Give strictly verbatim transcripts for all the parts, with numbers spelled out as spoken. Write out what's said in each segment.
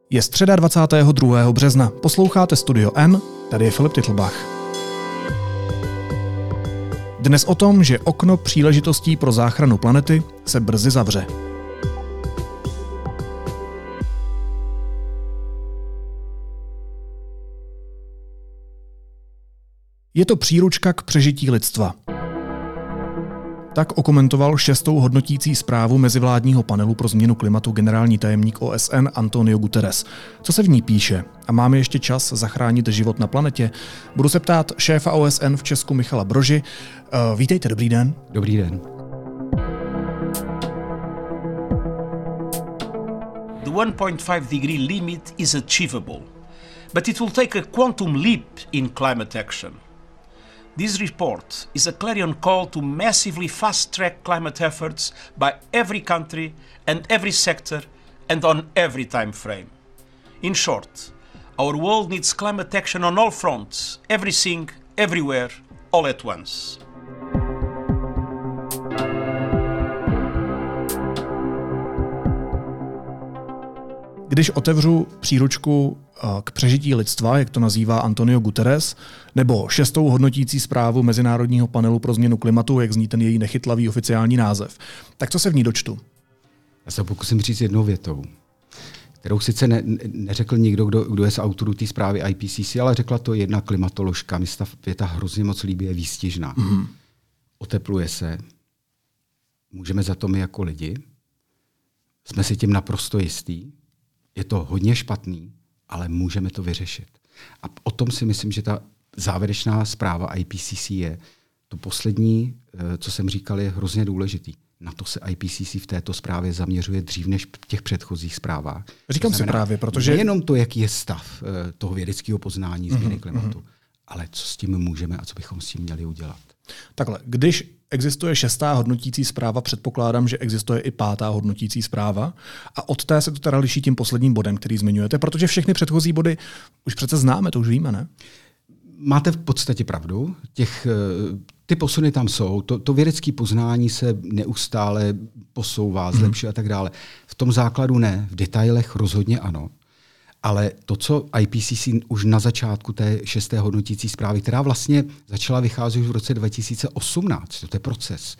Je středa dvacátého druhého března. Posloucháte Studio N, tady je Filip Titlbach. Dnes o tom, že okno příležitostí pro záchranu planety se brzy zavře. Je to příručka k přežití lidstva. Tak okomentoval šestou hodnotící zprávu mezivládního panelu pro změnu klimatu generální tajemník O S N Antonio Guterres. Co se v ní píše? A máme ještě čas zachránit život na planetě? Budu se ptát šéfa O S N v Česku Michala Broži. Uh, vítejte, dobrý den. Dobrý den. The one point five degree limit is achievable, but it will take a quantum leap in climate action. This report is a clarion call to massively fast-track climate efforts by every country and every sector and on every time frame. In short, our world needs climate action on all fronts, everything, everywhere, all at once. Když otevřu příručku k přežití lidstva, jak to nazývá Antonio Guterres, nebo šestou hodnotící zprávu Mezinárodního panelu pro změnu klimatu, jak zní ten její nechytlavý oficiální název, tak co se v ní dočtu? Já se pokusím říct jednou větou, kterou sice ne, neřekl nikdo, kdo, kdo je z autorů té zprávy I P C C, ale řekla to jedna klimatoložka. Mi se ta věta hrozně moc líbí, je výstižná. Mm-hmm. Otepluje se, můžeme za to my jako lidi, jsme si tím naprosto jistí, je to hodně špatný, ale můžeme to vyřešit. A o tom si myslím, že ta závěrečná zpráva I P C C je. To poslední, co jsem říkal, je hrozně důležitý. Na to se I P C C v této zprávě zaměřuje dřív než v těch předchozích zprávách. Říkám si právě, protože... Nejenom to, jaký je stav toho vědeckého poznání změny mm-hmm. klimatu, ale co s tím můžeme a co bychom s tím měli udělat. Takhle, když existuje šestá hodnotící zpráva, předpokládám, že existuje i pátá hodnotící zpráva a od té se to teda liší tím posledním bodem, který zmiňujete, protože všechny předchozí body už přece známe, to už víme, ne? Máte v podstatě pravdu. Těch, ty posuny tam jsou. To, to vědecké poznání se neustále posouvá, zlepšuje hmm. a tak dále. V tom základu ne, v detailech rozhodně ano. Ale to, co I P C C už na začátku té šesté hodnotící zprávy, která vlastně začala vycházet už v roce dva tisíce osmnáct, to je proces,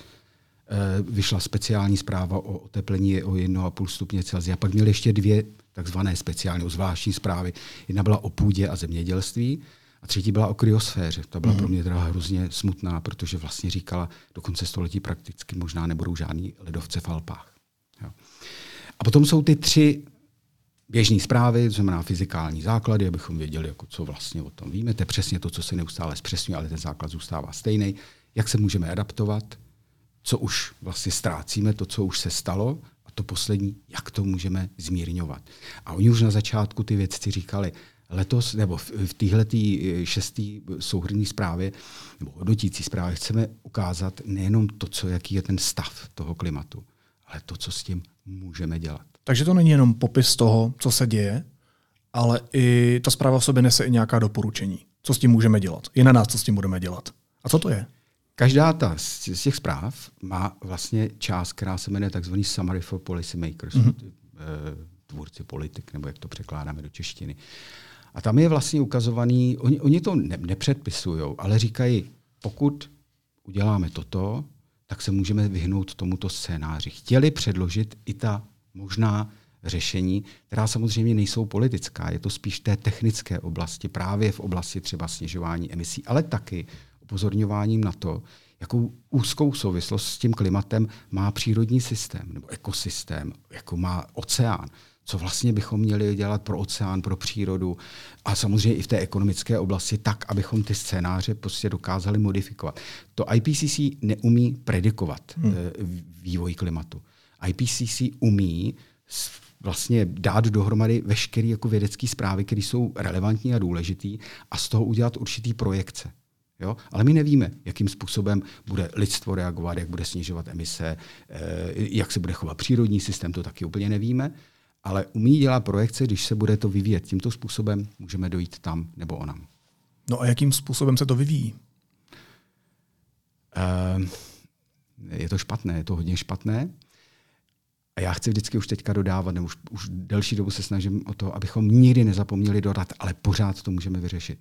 vyšla speciální zpráva o oteplení o jedna celá pět stupně Celsia. Pak měli ještě dvě takzvané speciální, zvláštní zprávy. Jedna byla o půdě a zemědělství a třetí byla o kryosféře. Ta byla mm. pro mě teda hrozně smutná, protože vlastně říkala, do konce století prakticky možná nebudou žádný ledovce v Alpách. Jo. A potom jsou ty tři běžné zprávy, to znamená fyzikální základy, abychom věděli, jako co vlastně o tom víme. To je přesně to, co se neustále zpřesňuje, ale ten základ zůstává stejný. Jak se můžeme adaptovat, co už vlastně ztrácíme, to, co už se stalo, a to poslední, jak to můžeme zmírňovat. A oni už na začátku ty vědci říkali, letos, nebo v téhleté šesté souhrnné zprávě, nebo hodnotící zprávě, chceme ukázat nejenom to, co, jaký je ten stav toho klimatu, ale to, co s tím můžeme dělat. Takže to není jenom popis toho, co se děje, ale i ta zpráva v sobě nese i nějaká doporučení. Co s tím můžeme dělat? Je na nás, co s tím budeme dělat. A co to je? Každá ta z těch zpráv má vlastně část, která se jmenuje takzvaný Summary for Policy Makers, mm-hmm. tvůrci politik, nebo jak to překládáme do češtiny. A tam je vlastně ukazovaný, oni, oni to ne, nepředpisujou, ale říkají, pokud uděláme toto, tak se můžeme vyhnout tomuto scénáři. Chtěli předložit i ta možná řešení, která samozřejmě nejsou politická. Je to spíš té technické oblasti, právě v oblasti třeba snižování emisí, ale taky upozorňováním na to, jakou úzkou souvislost s tím klimatem má přírodní systém nebo ekosystém, jako má oceán. Co vlastně bychom měli dělat pro oceán, pro přírodu a samozřejmě i v té ekonomické oblasti tak, abychom ty scénáře prostě dokázali modifikovat. To I P C C neumí predikovat hmm. vývoj klimatu. I P C C umí vlastně dát dohromady veškeré jako vědecké zprávy, které jsou relevantní a důležité a z toho udělat určitý projekce. Jo? Ale my nevíme, jakým způsobem bude lidstvo reagovat, jak bude snižovat emise, jak se bude chovat přírodní systém, to taky úplně nevíme, ale umí dělat projekce, když se bude to vyvíjet tímto způsobem, můžeme dojít tam nebo onam. No a jakým způsobem se to vyvíjí? Uh, je to špatné, je to hodně špatné. A já chci vždycky už teďka dodávat, nebo už, už delší dobu se snažím o to, abychom nikdy nezapomněli dodat, ale pořád to můžeme vyřešit.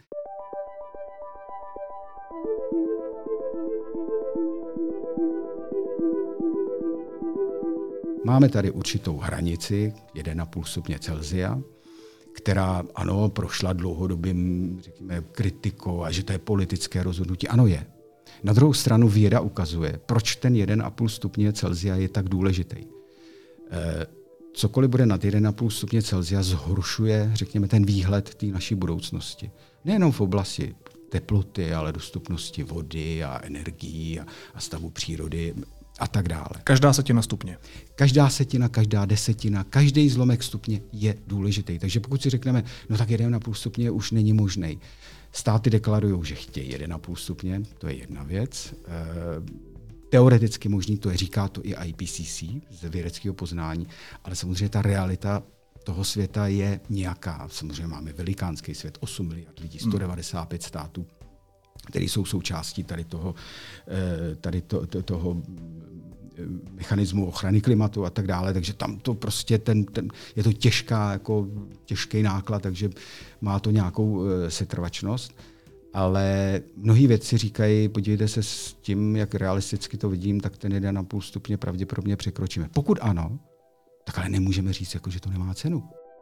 Máme tady určitou hranici jedna celá pět stupně Celsia, která, ano, prošla dlouhodobým, řekněme, kritikou a že to je politické rozhodnutí. Ano, je. Na druhou stranu věda ukazuje, proč ten jedna celá pět stupně Celsia je tak důležitý. E, cokoliv bude nad jedna celá pět stupně Celsia zhoršuje, řekněme, ten výhled té naší budoucnosti. Nejenom v oblasti teploty, ale dostupnosti vody a energií a, a stavu přírody a tak dále. Každá setina stupně. Každá setina, každá desetina, každý zlomek stupně je důležitý. Takže pokud si řekneme, no tak jedna celá pět stupně už není možný. Státy deklarují, že chtějí jedna celá pět stupně, to je jedna věc. E, teoreticky možný, to je, říká to i I P C C z vědeckého poznání, ale samozřejmě ta realita toho světa je nějaká. Samozřejmě máme velikánský svět, osm miliard lidí, sto devadesát pět států, které jsou součástí tady toho, tady to, to, toho mechanismu ochrany klimatu a tak dále, takže tam to prostě ten, ten, je to těžká, jako těžký náklad, takže má to nějakou setrvačnost, ale mnohí vědci říkají, podívejte se s tím, jak realisticky to vidím, tak ten jedna celá pět stupně pravděpodobně překročíme. Pokud ano, tak ale nemůžeme říct, jako, že to nemá cenu.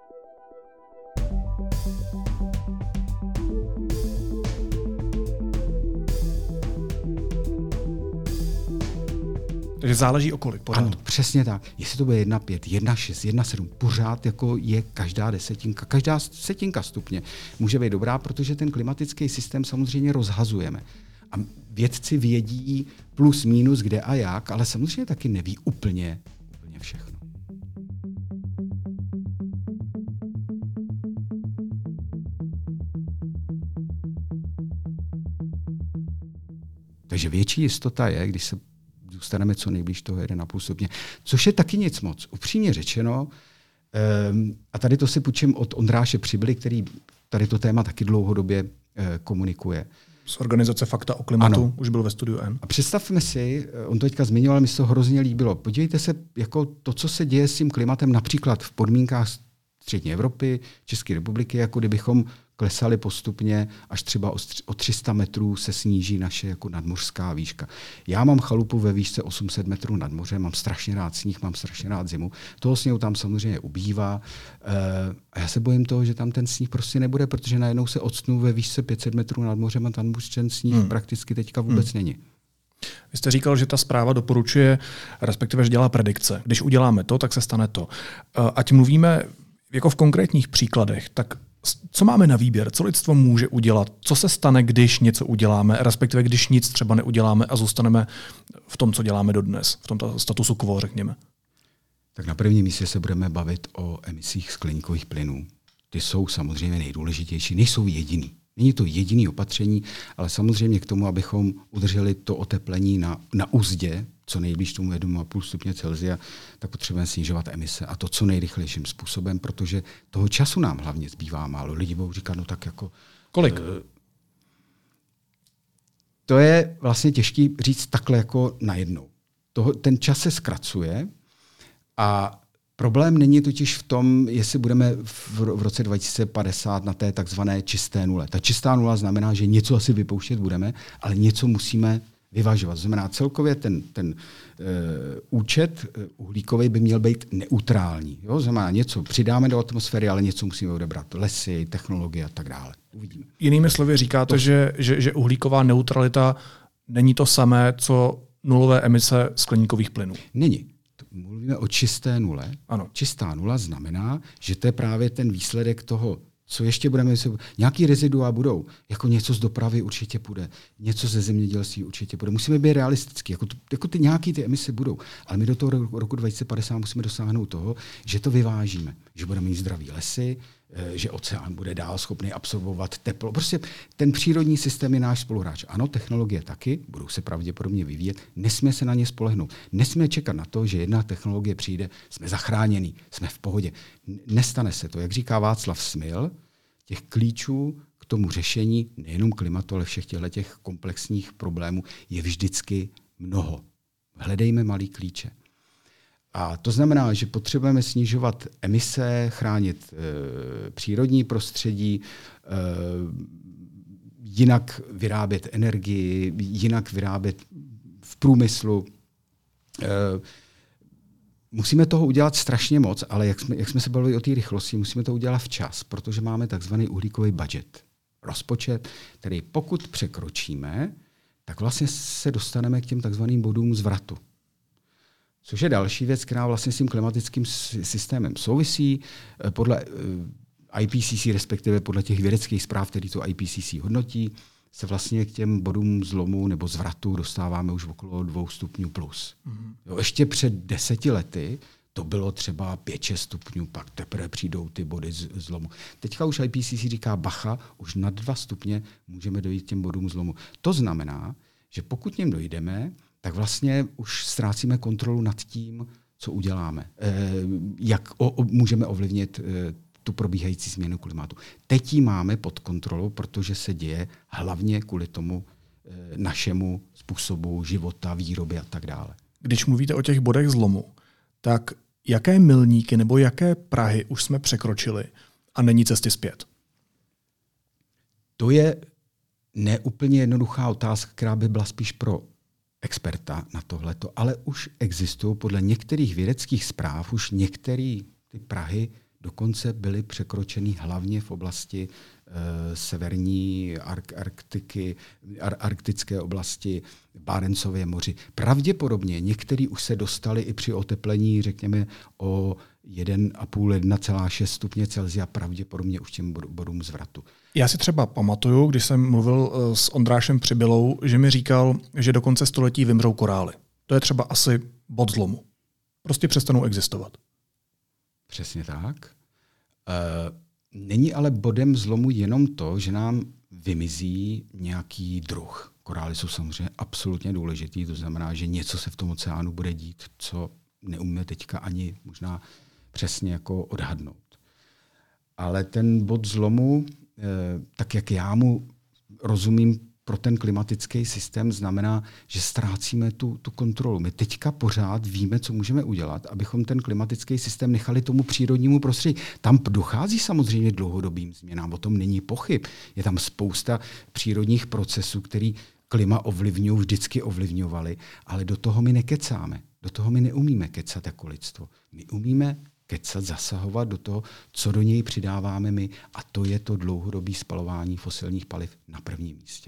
Takže záleží o kolik, pořád. Ano, přesně tak. Jestli to bude jedna celá pět, jedna celá šest, jedna celá sedm, pořád jako je každá desetinka, každá setinka stupně může být dobrá, protože ten klimatický systém samozřejmě rozhazujeme. A vědci vědí plus, minus, kde a jak, ale samozřejmě taky neví úplně, úplně všechno. Takže větší jistota je, když se zůstaneme co nejblíž toho jedna celá pět stupně, což je taky nic moc. Upřímně řečeno, um, a tady to si půjčím od Ondráše Přibyly, který tady to téma taky dlouhodobě uh, komunikuje. Z organizace Fakta o klimatu, ano. Už byl ve studiu N. A představme si, on to teďka zmiňoval, mi se to hrozně líbilo. Podívejte se, jako to, co se děje s tím klimatem například v podmínkách střední Evropy, České republiky, jako kdybychom klesali postupně, až třeba o tři sta metrů se sníží naše jako nadmořská výška. Já mám chalupu ve výšce osm set metrů nad mořem, mám strašně rád sníh, mám strašně rád zimu. Toho sněhu tam samozřejmě ubývá. A já se bojím toho, že tam ten sníh prostě nebude, protože najednou se odstnu ve výšce pět set metrů nad mořem a tam už ten sníh hmm. prakticky teďka vůbec hmm. není. Vy jste říkal, že ta zpráva doporučuje, respektive že dělá predikce. Když uděláme to, tak se stane to. Ať mluvíme jako v konkrétních příkladech, tak co máme na výběr? Co lidstvo může udělat? Co se stane, když něco uděláme, respektive když nic třeba neuděláme a zůstaneme v tom, co děláme dodnes, v tom statusu quo, řekněme? Tak na prvním místě se budeme bavit o emisích skleníkových plynů. Ty jsou samozřejmě nejdůležitější, nejsou jediný. Není to jediný opatření, ale samozřejmě k tomu, abychom udrželi to oteplení na, na uzdě, co nejblíž tomu jedna celá pět stupně Celsia, tak potřebujeme snižovat emise a to co nejrychlejším způsobem, protože toho času nám hlavně zbývá málo. Lidi budou říkat, no tak jako... Kolik? Uh, to je vlastně těžký říct takhle jako najednou. Toho, ten čas se zkracuje a problém není totiž v tom, jestli budeme v, v roce dva tisíce padesát na té takzvané čisté nule. Ta čistá nula znamená, že něco asi vypouštět budeme, ale něco musíme vyvažovat. Znamená celkově ten, ten uh, účet uhlíkový by měl být neutrální. Jo? Znamená něco přidáme do atmosféry, ale něco musíme odebrat. Lesy, technologie a tak dále. Uvidíme. Jinými slovy říkáte, to... že, že, že uhlíková neutralita není to samé, co nulové emise skleníkových plynů. Není. Mluvíme o čisté nule. Ano. Čistá nula znamená, že to je právě ten výsledek toho, co ještě budeme... Nějaký rezidua budou. Jako něco z dopravy určitě půjde. Něco ze zemědělství určitě půjde. Musíme být realistický. Jako, to, jako ty nějaký ty emise budou. Ale my do toho roku dva tisíce padesát musíme dosáhnout toho, že to vyvážíme. Že budeme mít zdraví lesy, že oceán bude dál schopný absorbovat teplo. Prostě ten přírodní systém je náš spoluhráč. Ano, technologie taky, budou se pravděpodobně vyvíjet. Nesmíme se na ně spolehnout. Nesmíme čekat na to, že jedna technologie přijde, jsme zachránění, jsme v pohodě. Nestane se to. Jak říká Václav Smil, těch klíčů k tomu řešení nejenom klimatu, ale všech těchto komplexních problémů je vždycky mnoho. Hledejme malý klíče. A to znamená, že potřebujeme snižovat emise, chránit e, přírodní prostředí, e, jinak vyrábět energii, jinak vyrábět v průmyslu. E, musíme toho udělat strašně moc, ale jak jsme, jak jsme se bavili o té rychlosti, musíme to udělat včas, protože máme takzvaný uhlíkový budget. Rozpočet, který pokud překročíme, tak vlastně se dostaneme k těm takzvaným bodům zvratu. Což je další věc, která vlastně s tím klimatickým systémem souvisí. Podle I P C C, respektive podle těch vědeckých zpráv, které to I P C C hodnotí, se vlastně k těm bodům zlomu nebo zvratu dostáváme už okolo dvou stupňů plus. Mm-hmm. Jo, ještě před deseti lety to bylo třeba pět šest stupňů, pak teprve přijdou ty body zlomu. Teďka už I P C C říká bacha, už na dva stupně můžeme dojít k těm bodům zlomu. To znamená, že pokud k něm dojdeme, tak vlastně už ztrácíme kontrolu nad tím, co uděláme. E, jak o, o, můžeme ovlivnit e, tu probíhající změnu klimatu. Teď ji máme pod kontrolou, protože se děje hlavně kvůli tomu e, našemu způsobu života, výroby a tak dále. Když mluvíte o těch bodech zlomu, tak jaké milníky nebo jaké prahy už jsme překročili a není cesty zpět? To je neúplně jednoduchá otázka, která by byla spíš pro experta na tohleto, ale už existují podle některých vědeckých zpráv, už některé ty prahy dokonce byly překročeny hlavně v oblasti e, severní Ark- Arktiky, ar- arktické oblasti, Barencově moři. Pravděpodobně některý už se dostali i při oteplení, řekněme, o jedna celá pět až jedna celá šest stupně Celsia, pravděpodobně už těm bodům zvratu. Já si třeba pamatuju, když jsem mluvil s Ondrášem Přibylou, že mi říkal, že do konce století vymřou korály. To je třeba asi bod zlomu. Prostě přestanou existovat. Přesně tak. E, není ale bodem zlomu jenom to, že nám vymizí nějaký druh. Korály jsou samozřejmě absolutně důležitý, to znamená, že něco se v tom oceánu bude dít, co neumíme teďka ani možná přesně jako odhadnout. Ale ten bod zlomu, tak jak já mu rozumím pro ten klimatický systém, znamená, že ztrácíme tu, tu kontrolu. My teďka pořád víme, co můžeme udělat, abychom ten klimatický systém nechali tomu přírodnímu prostředí. Tam dochází samozřejmě dlouhodobým změnám, o tom není pochyb. Je tam spousta přírodních procesů, který klima ovlivňují, vždycky ovlivňovaly, ale do toho my nekecáme. Do toho my neumíme kecat jako lidstvo. My umíme kecat, zasahovat do toho, co do něj přidáváme my, a to je to dlouhodobé spalování fosilních paliv na prvním místě.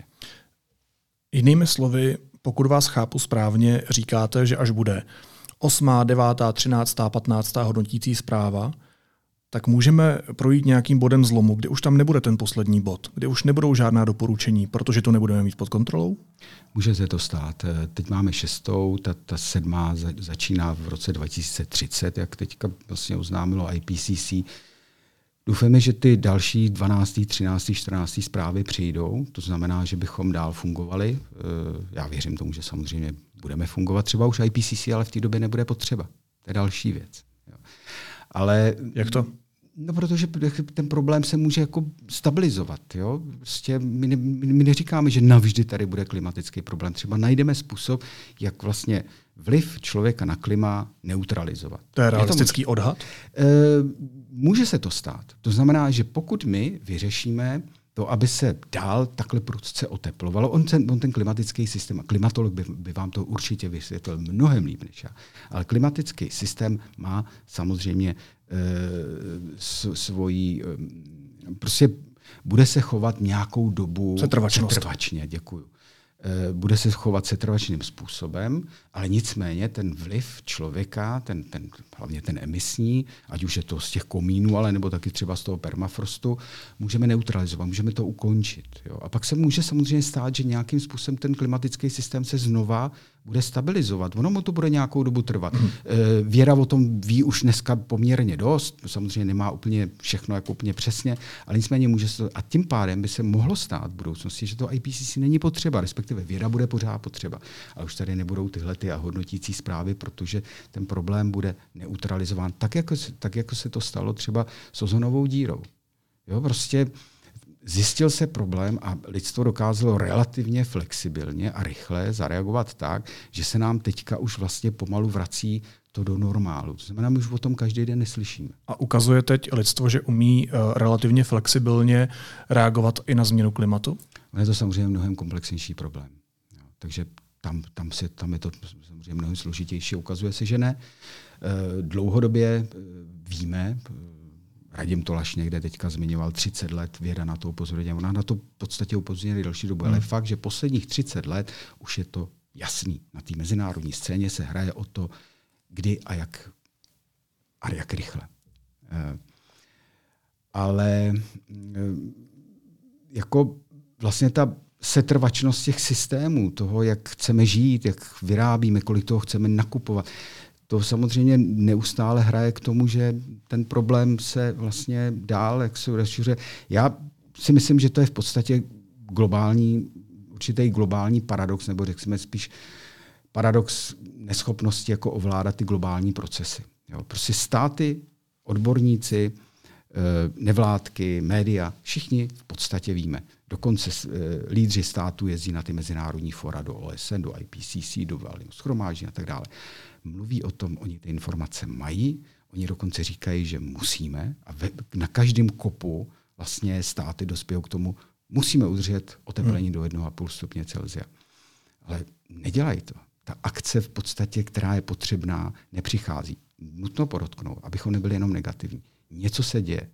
Jinými slovy, pokud vás chápu správně, říkáte, že až bude osmá, devátá, třináctá, patnáctá hodnotící zpráva, tak můžeme projít nějakým bodem zlomu, kde už tam nebude ten poslední bod, kde už nebudou žádná doporučení, protože to nebudeme mít pod kontrolou? Může se to stát. Teď máme šestou, ta, ta sedmá začíná v roce dva tisíce třicet, jak teďka vlastně oznámilo I P C C. Doufáme, že ty další dvanáctá, třináctá, čtrnáctá zprávy přijdou, to znamená, že bychom dál fungovali. Já věřím tomu, že samozřejmě budeme fungovat třeba už I P C C, ale v té době nebude potřeba. To je další věc. Ale jak to? No, protože ten problém se může jako stabilizovat. Jo? Prostě my, ne, my neříkáme, že navždy tady bude klimatický problém. Třeba najdeme způsob, jak vlastně vliv člověka na klima neutralizovat. To je realistický je to odhad? E, může se to stát. To znamená, že pokud my vyřešíme to, aby se dál takhle prudce oteplovalo, on ten, on ten klimatický systém, a klimatolog by, by vám to určitě vysvětlil mnohem líp než já, ale klimatický systém má samozřejmě e, svoji, e, prostě bude se chovat nějakou dobu setrvačně, děkuju. E, bude se chovat setrvačným způsobem, ale nicméně ten vliv člověka, ten, ten, hlavně ten emisní, ať už je to z těch komínů, ale nebo taky třeba z toho permafrostu, můžeme neutralizovat, můžeme to ukončit. Jo? A pak se může samozřejmě stát, že nějakým způsobem ten klimatický systém se znova bude stabilizovat. Ono mu to bude nějakou dobu trvat. Hmm. Věda o tom ví už dneska poměrně dost, samozřejmě nemá úplně všechno jako úplně přesně, ale nicméně může se to, a tím pádem by se mohlo stát v budoucnosti, že to I P C C není potřeba, respektive věda bude pořád potřeba. Ale už tady nebudou tyhle ty a hodnotící zprávy, protože ten problém bude neutralizován tak, jako, tak, jako se to stalo třeba s ozonovou dírou. Jo, prostě zjistil se problém a lidstvo dokázalo relativně flexibilně a rychle zareagovat tak, že se nám teďka už vlastně pomalu vrací to do normálu. To znamená, my už o tom každý den neslyšíme. A ukazuje teď lidstvo, že umí uh, relativně flexibilně reagovat i na změnu klimatu? Ale je to samozřejmě mnohem komplexnější problém. Jo, takže tam, tam, se, tam je to samozřejmě mnohem složitější. Ukazuje se, že ne. E, dlouhodobě víme, Radim Tolaš někde teďka zmiňoval třicet let, věda na to upozorňuje. Ona na to v podstatě upozorňuje další dobu, hmm. ale fakt, že posledních třicet let už je to jasný. Na té mezinárodní scéně se hraje o to, kdy a jak a jak rychle. E, ale e, jako vlastně ta setrvačnost těch systémů, toho, jak chceme žít, jak vyrábíme, kolik toho chceme nakupovat, to samozřejmě neustále hraje k tomu, že ten problém se vlastně dál jak se rozšiřuje. Já si myslím, že to je v podstatě globální, určitý globální paradox, nebo řekněme spíš paradox neschopnosti jako ovládat ty globální procesy. Jo, prostě státy, odborníci, nevládky, média, všichni v podstatě víme. Dokonce lídři států jezdí na ty mezinárodní fora do O S N, do I P C C, do valného shromáždění a tak dále. Mluví o tom, oni ty informace mají, oni dokonce říkají, že musíme a ve, na každém kopu vlastně státy dospějí k tomu, musíme udržet oteplení hmm. do jednoho a půl stupně Celsia. Ale nedělají to. Ta akce v podstatě, která je potřebná, nepřichází. Nutno podotknout, abychom nebyli jenom negativní. Něco se děje.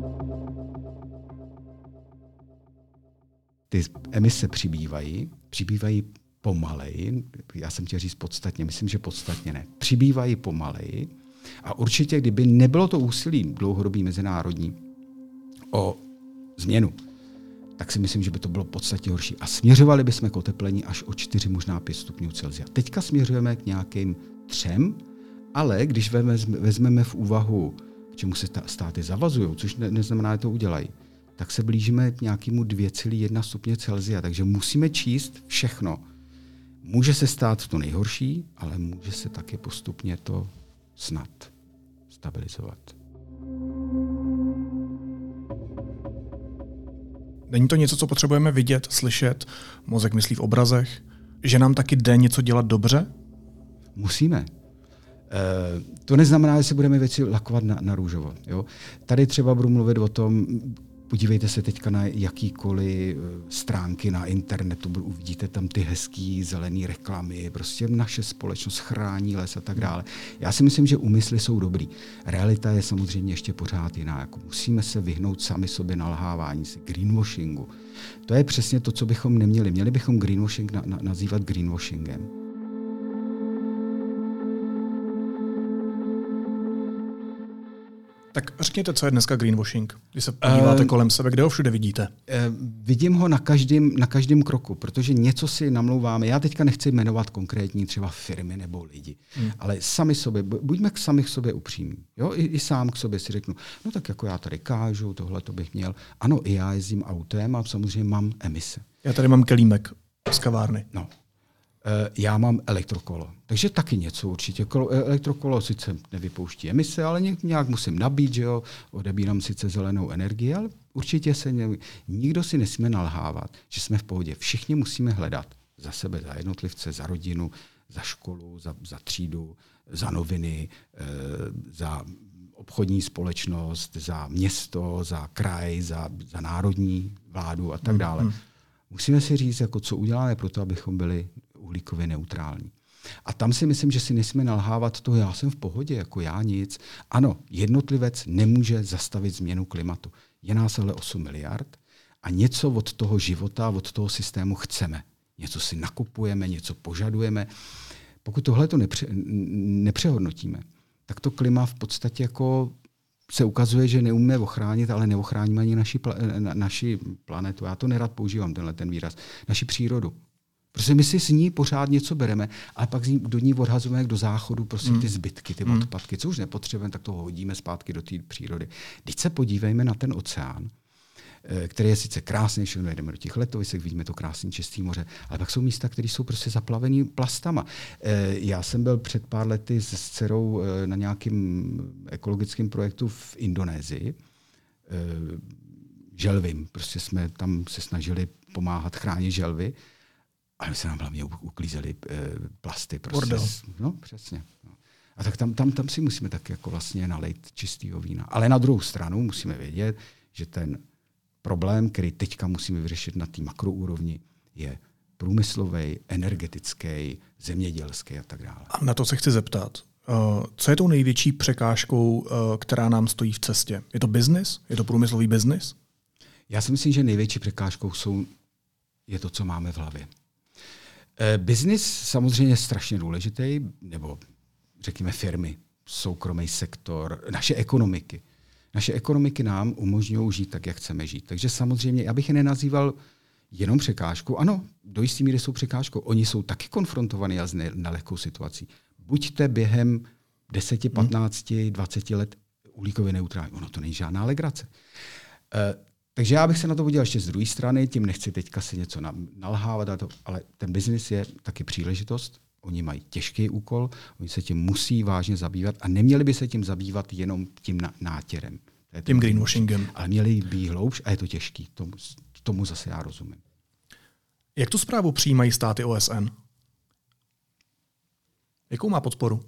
Ty emise přibývají, přibývají pomaleji, já jsem chtěl říct podstatně, myslím, že podstatně ne, přibývají pomaleji a určitě, kdyby nebylo to úsilí dlouhodobý mezinárodní o změnu, tak si myslím, že by to bylo podstatně horší. A směřovali bychom k oteplení až o čtyři, možná pět stupňů Celsia. Teďka směřujeme k nějakým třem, ale když vezmeme v úvahu, k čemu se státy zavazují, což ne, neznamená, že to udělají, tak se blížíme k nějakému dvě celá jedna stupně Celsia. Takže musíme číst všechno. Může se stát to nejhorší, ale může se taky postupně to snad stabilizovat. Není to něco, co potřebujeme vidět, slyšet, mozek myslí v obrazech, že nám taky jde něco dělat dobře? Musíme. E, to neznamená, že se budeme věci lakovat na, na růžovo. Jo? Tady třeba budu mluvit o tom, podívejte se teďka na jakýkoliv stránky na internetu, uvidíte tam ty hezký zelený reklamy, prostě naše společnost chrání les a tak dále. Já si myslím, že úmysly jsou dobrý. Realita je samozřejmě ještě pořád jiná. Jako musíme se vyhnout sami sobě nalhávání si, greenwashingu. To je přesně to, co bychom neměli. Měli bychom greenwashing na, na, nazývat greenwashingem. Tak řekněte, co je dneska greenwashing, když se podíváte uh, kolem sebe, kde ho všude vidíte? Uh, vidím ho na každém, na každém kroku, protože něco si namlouváme. Já teďka nechci jmenovat konkrétní třeba firmy nebo lidi, hmm. ale sami sobě, buďme k sami k sobě upřímní. Jo? I, I sám k sobě si řeknu, no tak jako já tady kážu, tohle to bych měl. Ano, i já jezdím autem a samozřejmě mám emise. Já tady mám kelímek z kavárny. No. Já mám elektrokolo, takže taky něco určitě. Elektrokolo sice nevypouští emise, ale nějak musím nabít, že jo? Odebírám sice zelenou energii, ale určitě se ne... nikdo si nesmí nalhávat, že jsme v pohodě. Všichni musíme hledat za sebe, za jednotlivce, za rodinu, za školu, za, za třídu, za noviny, za obchodní společnost, za město, za kraj, za, za národní vládu a tak dále. Hmm. Musíme si říct, jako, co uděláme pro to, abychom byli uhlíkově neutrální. A tam si myslím, že si nesmíme nalhávat to, já jsem v pohodě, jako já nic. Ano, jednotlivec nemůže zastavit změnu klimatu. Je nás ale osm miliard a něco od toho života, od toho systému chceme. Něco si nakupujeme, něco požadujeme. Pokud tohle to nepře- nepřehodnotíme, tak to klima v podstatě jako se ukazuje, že neumíme ochránit, ale neochráníme ani naši, pla- na, naši planetu. Já to nerad používám, tenhle ten výraz. Naši přírodu. Protože my si z ní pořád něco bereme, ale pak ní, do ní odhazujeme do záchodu prostě mm. ty zbytky, ty mm. odpadky. Co už nepotřebujeme, tak to hodíme zpátky do té přírody. Když se podívejme na ten oceán, který je sice krásný, všechno jdeme do těch letovisek, vidíme to krásné čisté moře, ale pak jsou místa, které jsou prostě zaplavený plastama. Já jsem byl před pár lety s dcerou na nějakém ekologickém projektu v Indonésii. Želvy. Prostě jsme tam se snažili pomáhat chránit želvy, ale my se nám hlavně uklízeli plasty. Prostě. No, přesně. A tak tam, tam, tam si musíme tak jako vlastně nalejt čistýho vína. Ale na druhou stranu musíme vědět, že ten problém, který teďka musíme vyřešit na té makroúrovni, je průmyslový, energetický, zemědělský a tak dále. A na to se chci zeptat. Co je tou největší překážkou, která nám stojí v cestě? Je to biznis? Je to průmyslový biznis? Já si myslím, že největší překážkou jsou, je to, co máme v hlavě. E, biznis samozřejmě je strašně důležitý, nebo řekněme firmy, soukromý sektor, naše ekonomiky. Naše ekonomiky nám umožňují žít tak, jak chceme žít. Takže samozřejmě, já bych je nenazýval jenom překážkou. Ano, do jisté míry jsou překážkou. Oni jsou taky konfrontovaní a s nelehkou situací. Buďte během deset, patnáct, dvacet let uhlíkově neutrální. Ono to není žádná legrace. E, takže já bych se na to podíval ještě z druhé strany, tím nechci teďka si něco nalhávat, ale ten biznis je taky příležitost. Oni mají těžký úkol, oni se tím musí vážně zabývat a neměli by se tím zabývat jenom tím nátěrem. Tím greenwashingem. Ale měli být hloubš a je to těžký. Tomu, tomu zase já rozumím. Jak tu zprávu přijímají státy O S N? Jakou má podporu?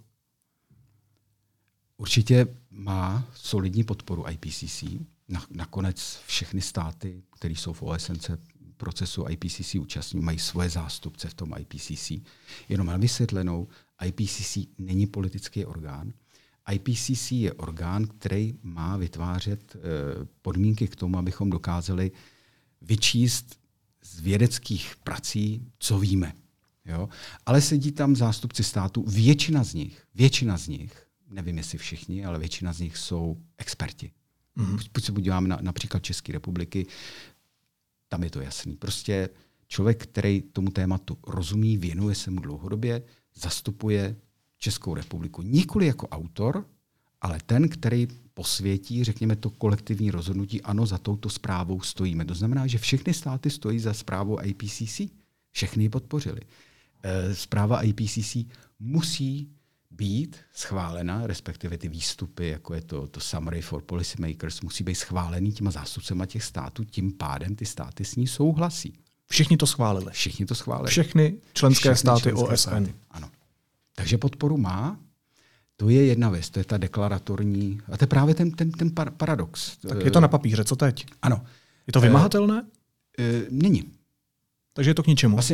Určitě má solidní podporu I P C C. Nakonec všechny státy, které jsou v O S N, se procesu I P C C účastní, mají svoje zástupce v tom I P C C. Jenom na vysvětlenou, I P C C není politický orgán. I P C C je orgán, který má vytvářet podmínky k tomu, abychom dokázali vyčíst z vědeckých prací, co víme. Jo? Ale sedí tam zástupci států, většina z nich, většina z nich, nevím jestli všichni, ale většina z nich jsou experti. Mm-hmm. Pokud se podíváme na například České republiky, tam je to jasný. Prostě člověk, který tomu tématu rozumí, věnuje se mu dlouhodobě, zastupuje Českou republiku. Nikoli jako autor, ale ten, který posvětí, řekněme, to kolektivní rozhodnutí, ano, za touto zprávou stojíme. To znamená, že všechny státy stojí za zprávou I P C C. Všechny ji podpořili. Zpráva I P C C musí být schválena, respektive ty výstupy, jako je to, to Summary for Policymakers, musí být schválený těma zástupcema těch států, tím pádem ty státy s ní souhlasí. Všichni to schválili. Všichni to schválili. Všechny členské Všechny státy členské O S N. Státy. Ano. Takže podporu má. To je jedna věc, to je ta deklaratorní, a to je právě ten, ten, ten paradox. Tak je to na papíře, co teď? Ano. Je to vymahatelné? E, e, není. Takže je to k ničemu? Vlastně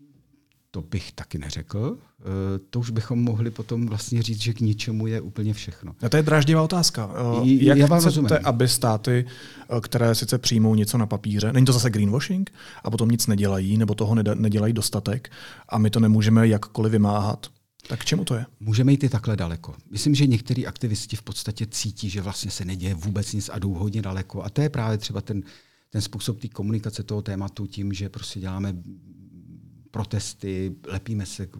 to bych taky neřekl. E, to už bychom mohli potom vlastně říct, že k ničemu je úplně všechno. A to je dráždivá otázka. E, jak Já chcete, rozumím. aby státy, které sice přijmou něco na papíře, není to zase greenwashing, a potom nic nedělají, nebo toho nedělají dostatek a my to nemůžeme jakkoliv vymáhat? Tak k čemu to je? Můžeme jít i takhle daleko. Myslím, že některý aktivisti v podstatě cítí, že vlastně se neděje vůbec nic a jdou hodně daleko. A to je právě třeba ten, ten způsob té komunikace toho tématu tím, že prostě děláme protesty, lepíme se k,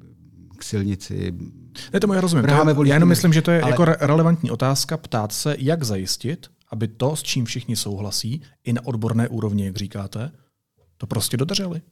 k silnici. Ne, tomu já rozumím. To je, já jenom myslím, že to je ale... jako relevantní otázka ptát se, jak zajistit, aby to, s čím všichni souhlasí, i na odborné úrovni, jak říkáte, to prostě dodrželi.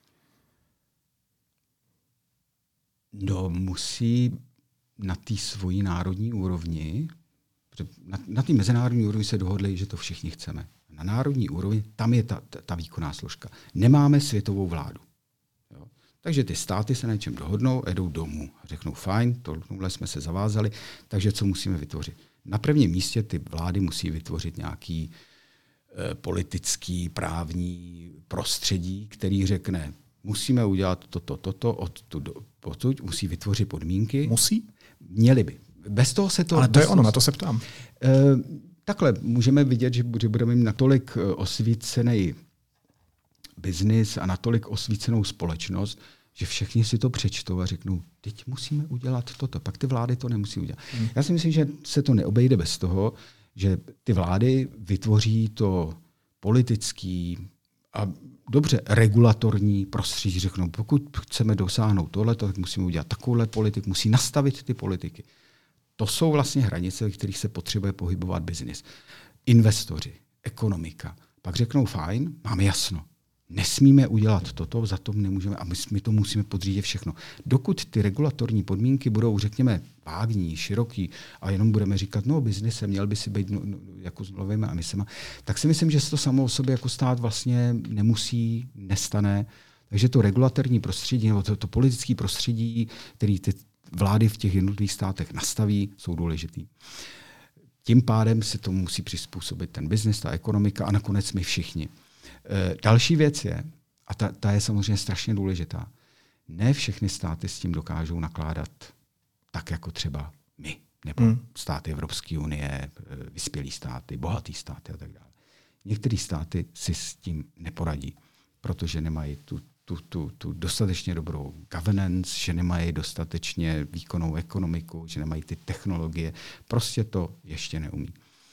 No, musí na té svojí národní úrovni, na, na té mezinárodní úrovni se dohodli, že to všichni chceme. Na národní úrovni, tam je ta, ta, ta výkonná složka. Nemáme světovou vládu. Jo? Takže ty státy se na něčem dohodnou, jdou domů. Řeknou, fajn, tohle jsme se zavázali, takže co musíme vytvořit? Na prvním místě ty vlády musí vytvořit nějaký eh, politický, právní prostředí, který řekne, musíme udělat toto, toto, odtud, odtud, musí vytvořit podmínky. Musí? Měli by. Bez toho se to... Ale to je ono, na to se ptám. E, takhle, můžeme vidět, že, že budeme mít natolik osvícený biznis a natolik osvícenou společnost, že všichni si to přečtou a řeknou, teď musíme udělat toto, pak ty vlády to nemusí udělat. Hmm. Já si myslím, že se to neobejde bez toho, že ty vlády vytvoří to politický a dobře regulatorní prostředí, řeknou, pokud chceme dosáhnout tohleto, tak musíme udělat takovouhle politiku, musí nastavit ty politiky. To jsou vlastně hranice, ve kterých se potřebuje pohybovat biznis. Investoři, ekonomika. Pak řeknou, fajn, máme jasno. Nesmíme udělat toto, za to nemůžeme a my, my to musíme podřídit všechno. Dokud ty regulatorní podmínky budou, řekněme, vágní, široký a jenom budeme říkat, no, biznisem měl by si být no, no, jako s novými emisema, tak si myslím, že se to samo o sobě jako stát vlastně nemusí, nestane. Takže to regulatorní prostředí nebo to, to politické prostředí, který ty vlády v těch jednotlivých státech nastaví, jsou důležitý. Tím pádem se tomu musí přizpůsobit ten biznes, ta ekonomika a nakonec my všichni. E, další věc je, a ta, ta je samozřejmě strašně důležitá, ne všechny státy s tím dokážou nakládat tak, jako třeba my, nebo hmm. státy Evropské unie, vyspělý státy, bohatý státy a tak dále. Některé státy si s tím neporadí, protože nemají tu, tu, tu, tu dostatečně dobrou governance, že nemají dostatečně výkonnou ekonomiku, že nemají ty technologie. Prostě to ještě neumí.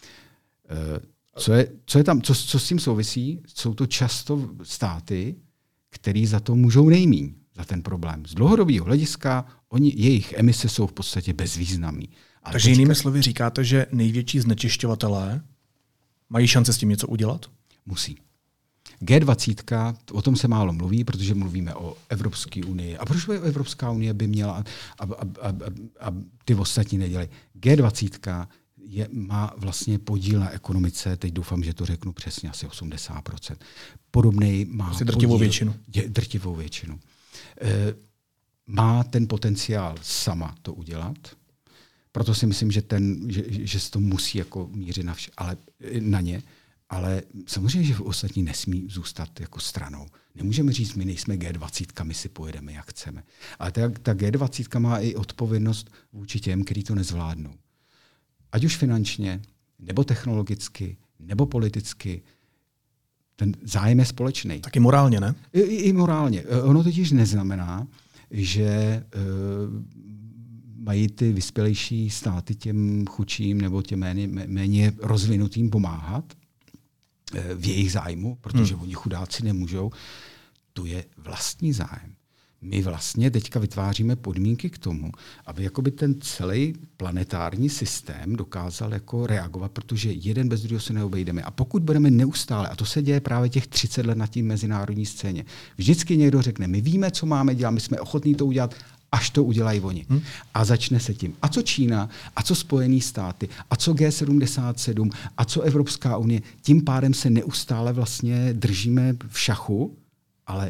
Co je, co je tam, co, co s tím souvisí? Jsou to často státy, které za to můžou nejmíň, za ten problém. Z dlouhodobého hlediska oni, jejich emise jsou v podstatě bezvýznamný. Ale Takže teďka... jinými slovy říkáte, že největší znečišťovatelé mají šance s tím něco udělat? Musí. G dvacet, o tom se málo mluví, protože mluvíme o Evropské unii. A proč Evropská unie by měla a, a, a, a, a ty ostatní nedělají? G dvacet je, má vlastně podíl na ekonomice, teď doufám, že to řeknu přesně, asi osmdesát procent. Podobnej má asi drtivou podíl, většinu. Je, drtivou většinu. E, má ten potenciál sama to udělat. Proto si myslím, že, ten, že, že se to musí jako mířit na, vše, ale, na ně. Ale samozřejmě, že ostatní nesmí zůstat jako stranou. Nemůžeme říct, my nejsme G dvacet, my si pojedeme, jak chceme. Ale ta, ta G dvacet má i odpovědnost vůči těm, kteří to nezvládnou. Ať už finančně, nebo technologicky, nebo politicky. Ten zájem je společný. Taky morálně, ne? I, i morálně. Ono totiž neznamená, že uh, mají ty vyspělejší státy těm chudším nebo těm méně, méně rozvinutým pomáhat v jejich zájmu, protože hmm. oni chudáci nemůžou. To je vlastní zájem. My vlastně teďka vytváříme podmínky k tomu, aby jakoby ten celý planetární systém dokázal jako reagovat, protože jeden bez druhého se neobejdeme. A pokud budeme neustále, a to se děje právě těch třicet let na té mezinárodní scéně, vždycky někdo řekne, my víme, co máme dělat, my jsme ochotní to udělat, až to udělají oni. Hmm. A začne se tím. A co Čína, a co Spojené státy, a co G sedmdesát sedm, a co Evropská unie. Tím pádem se neustále vlastně držíme v šachu, ale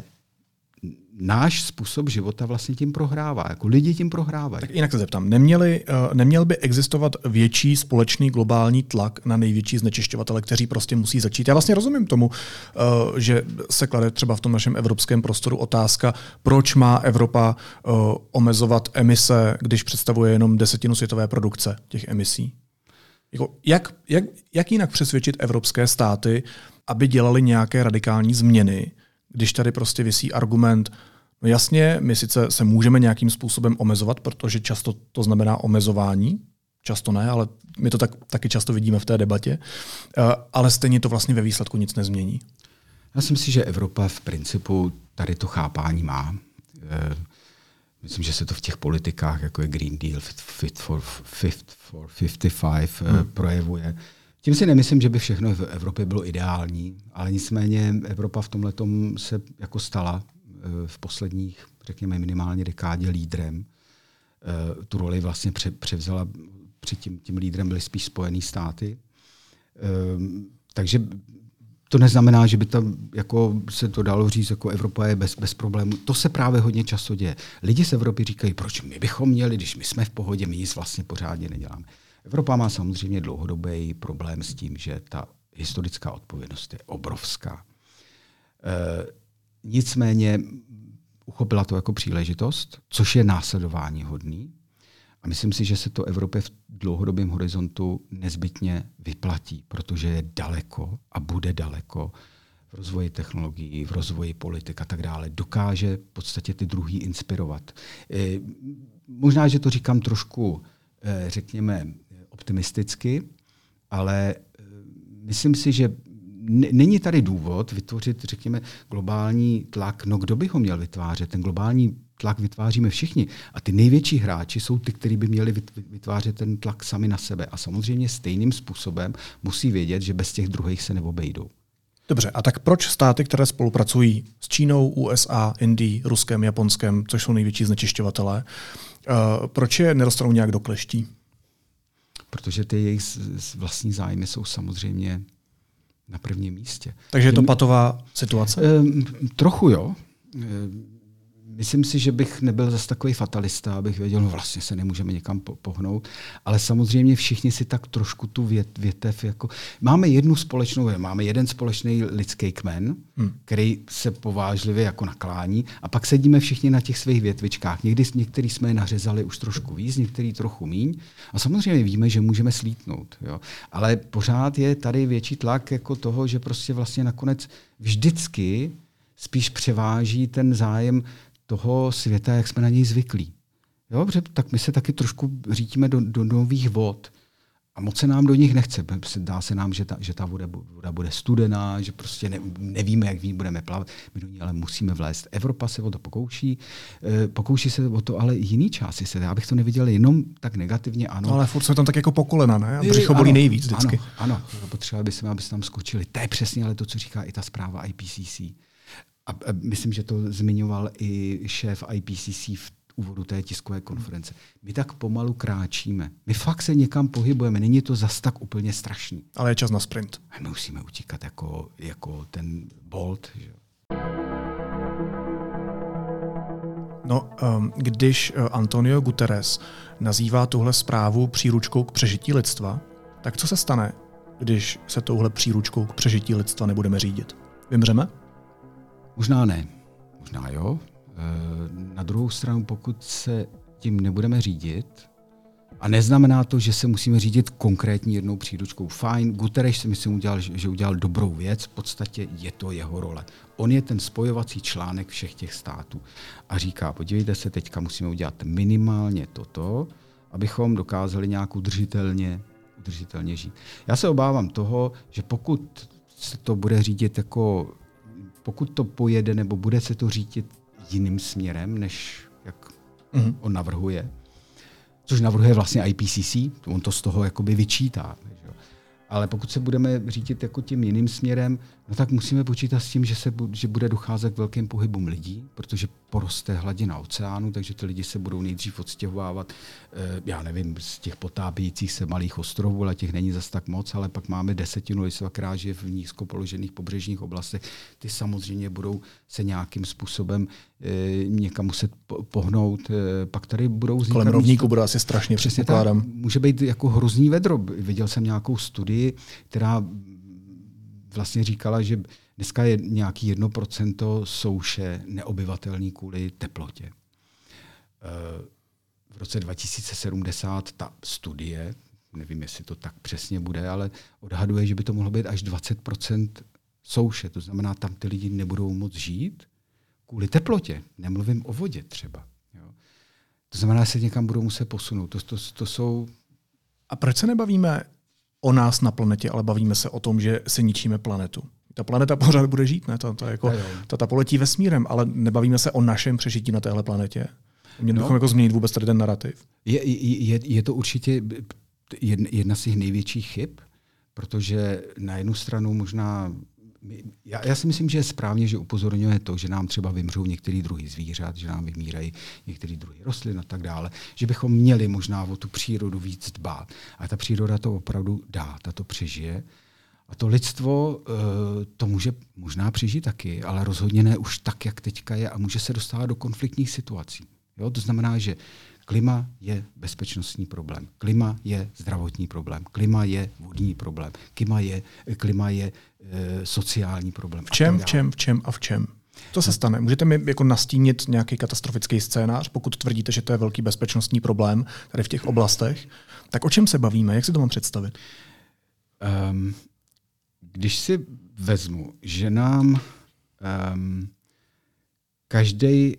náš způsob života vlastně tím prohrává. Jako lidi tím prohrávají. Tak jinak se zeptám. Neměli, neměl by existovat větší společný globální tlak na největší znečišťovatele, kteří prostě musí začít? Já vlastně rozumím tomu, že se klade třeba v tom našem evropském prostoru otázka, proč má Evropa omezovat emise, když představuje jenom desetinu světové produkce těch emisí. Jako, jak, jak, jak jinak přesvědčit evropské státy, aby dělali nějaké radikální změny, když tady prostě visí argument, no jasně, my sice se můžeme nějakým způsobem omezovat, protože často to znamená omezování, často ne, ale my to tak, taky často vidíme v té debatě, ale stejně to vlastně ve výsledku nic nezmění. Já si myslím, že Evropa v principu tady to chápání má. Myslím, že se to v těch politikách, jako je Green Deal, Fit for padesát pět, hmm. projevuje. Tím si nemyslím, že by všechno v Evropě bylo ideální, ale nicméně Evropa v tomhletom se jako stala v posledních, řekněme, minimálně dekádě lídrem. Tu roli vlastně převzala, před tím, tím lídrem byly spíš Spojené státy. Takže to neznamená, že by tam jako se to dalo říct, jako Evropa je bez, bez problémů. To se právě hodně často děje. Lidi z Evropy říkají, proč my bychom měli, když my jsme v pohodě, my nic vlastně pořádně neděláme. Evropa má samozřejmě dlouhodobý problém s tím, že ta historická odpovědnost je obrovská. E, nicméně uchopila to jako příležitost, což je následování hodný. A myslím si, že se to Evropě v dlouhodobém horizontu nezbytně vyplatí, protože je daleko a bude daleko v rozvoji technologií, v rozvoji politik a tak dále. Dokáže v podstatě ty druhý inspirovat. E, možná, že to říkám trošku, e, řekněme, optimisticky, ale myslím si, že není tady důvod vytvořit, řekněme, globální tlak. No kdo by ho měl vytvářet? Ten globální tlak vytváříme všichni. A ty největší hráči jsou ty, kteří by měli vytvářet ten tlak sami na sebe. A samozřejmě stejným způsobem musí vědět, že bez těch druhých se neobejdou. Dobře, a tak proč státy, které spolupracují s Čínou, U S A, Indií, Ruskem, Japonskem, což jsou největší znečišťovatelé, uh, proč je nedostanou nějak do kleští? Protože ty jejich vlastní zájmy jsou samozřejmě na prvním místě. Takže je to patová situace? E, trochu jo. E, myslím si, že bych nebyl zase takový fatalista, abych věděl, no vlastně se nemůžeme někam pohnout, ale samozřejmě všichni si tak trošku tu vět, větev, jako máme jednu společnou, máme jeden společný lidský kmen, hmm. který se povážlivě jako naklání a pak sedíme všichni na těch svých větvičkách. Někdy některý jsme je nařezali už trošku víc, některý trochu míň a samozřejmě víme, že můžeme slítnout. Jo. Ale pořád je tady větší tlak jako toho, že prostě vlastně nakonec vždycky spíš převáží ten zájem toho světa, jak jsme na něj zvyklí. Jo, tak my se taky trošku řítíme do, do nových vod a moc se nám do nich nechce. Dá se nám, že ta, že ta voda, voda bude studená, že prostě ne, nevíme, jak v ní budeme plavat. My do ní ale musíme vlézt. Evropa se o to pokouší. E, pokouší se o to ale jiný části se. Já bych to neviděl jenom tak negativně, ano. No, ale furt jsme tam tak jako po kolena, ne? A břicho bolí nejvíc vždycky. Ano, ano. Potřebovali bychom, aby se tam skočili. To je přesně ale to, co říká i ta zpráva I P C C. A myslím, že to zmiňoval i šéf I P C C v úvodu té tiskové konference. My tak pomalu kráčíme. My fakt se někam pohybujeme. Není to zas tak úplně strašný. Ale je čas na sprint. A my musíme utíkat jako, jako ten Bolt. Že? No, když Antonio Guterres nazývá tuhle zprávu příručkou k přežití lidstva, tak co se stane, když se touhle příručkou k přežití lidstva nebudeme řídit? Vymřeme? Možná ne. Možná jo. Na druhou stranu, pokud se tím nebudeme řídit, a neznamená to, že se musíme řídit konkrétní jednou příručkou. Fajn, Guterres si myslím, udělal, že udělal dobrou věc, v podstatě je to jeho role. On je ten spojovací článek všech těch států a říká, podívejte se, teďka musíme udělat minimálně toto, abychom dokázali nějak udržitelně, udržitelně žít. Já se obávám toho, že pokud se to bude řídit jako, pokud to pojede nebo bude se to řídit jiným směrem, než jak mm-hmm. on navrhuje, což navrhuje vlastně I P C C, on to z toho jakoby vyčítá. Že? Ale pokud se budeme řídit jako tím jiným směrem, no tak musíme počítat s tím, že, se, že bude docházet k velkým pohybům lidí, protože poroste hladina oceánu, takže ty lidi se budou nejdřív odstěhovávat, já nevím, z těch potápějících se malých ostrovů, ale těch není zas tak moc, ale pak máme desetinu lidstva, která žije v nízko položených pobřežních oblastech. Ty samozřejmě budou se nějakým způsobem e, někam muset pohnout. E, pak tady budou vznikat... Kolem rovníku bude asi strašně, předpokládám. Může být jako hrozný vedro. Viděl jsem nějakou studii, která vlastně říkala, že dneska je nějaký jedno procento souše neobyvatelný kvůli teplotě. V roce dva tisíce sedmdesát ta studie, nevím, jestli to tak přesně bude, ale odhaduje, že by to mohlo být až dvacet procent souše. To znamená, tam ty lidi nebudou moc žít kvůli teplotě. Nemluvím o vodě třeba. Jo. To znamená, že se někam budou muset posunout. To, to, to jsou... A proč se nebavíme o nás na planetě, ale bavíme se o tom, že se ničíme planetu? Ta planeta pořád bude žít, ne? Ta, ta, jako, ta, ta poletí vesmírem, ale nebavíme se o našem přežití na téhle planetě. Měli bychom no, jako změnit vůbec tady ten narrativ. Je, je, je to určitě jedna z těch největších chyb, protože na jednu stranu možná... Já, já si myslím, že je správně, že upozorňuje to, že nám třeba vymřou některé druhy zvířat, že nám vymírají některé druhy rostlin a tak dále, že bychom měli možná o tu přírodu víc dbát. A ta příroda to opravdu dá, ta to přežije. A to lidstvo to může možná přežít taky, ale rozhodně ne už tak, jak teďka je a může se dostávat do konfliktních situací. Jo? To znamená, že klima je bezpečnostní problém, klima je zdravotní problém, klima je vodní problém, klima je, klima je e, sociální problém. V čem, v čem, v čem a v čem? To se stane. Můžete mi jako nastínit nějaký katastrofický scénář, pokud tvrdíte, že to je velký bezpečnostní problém tady v těch oblastech, tak o čem se bavíme? Jak si to mám představit? Um, když si vezmu, že nám um, každý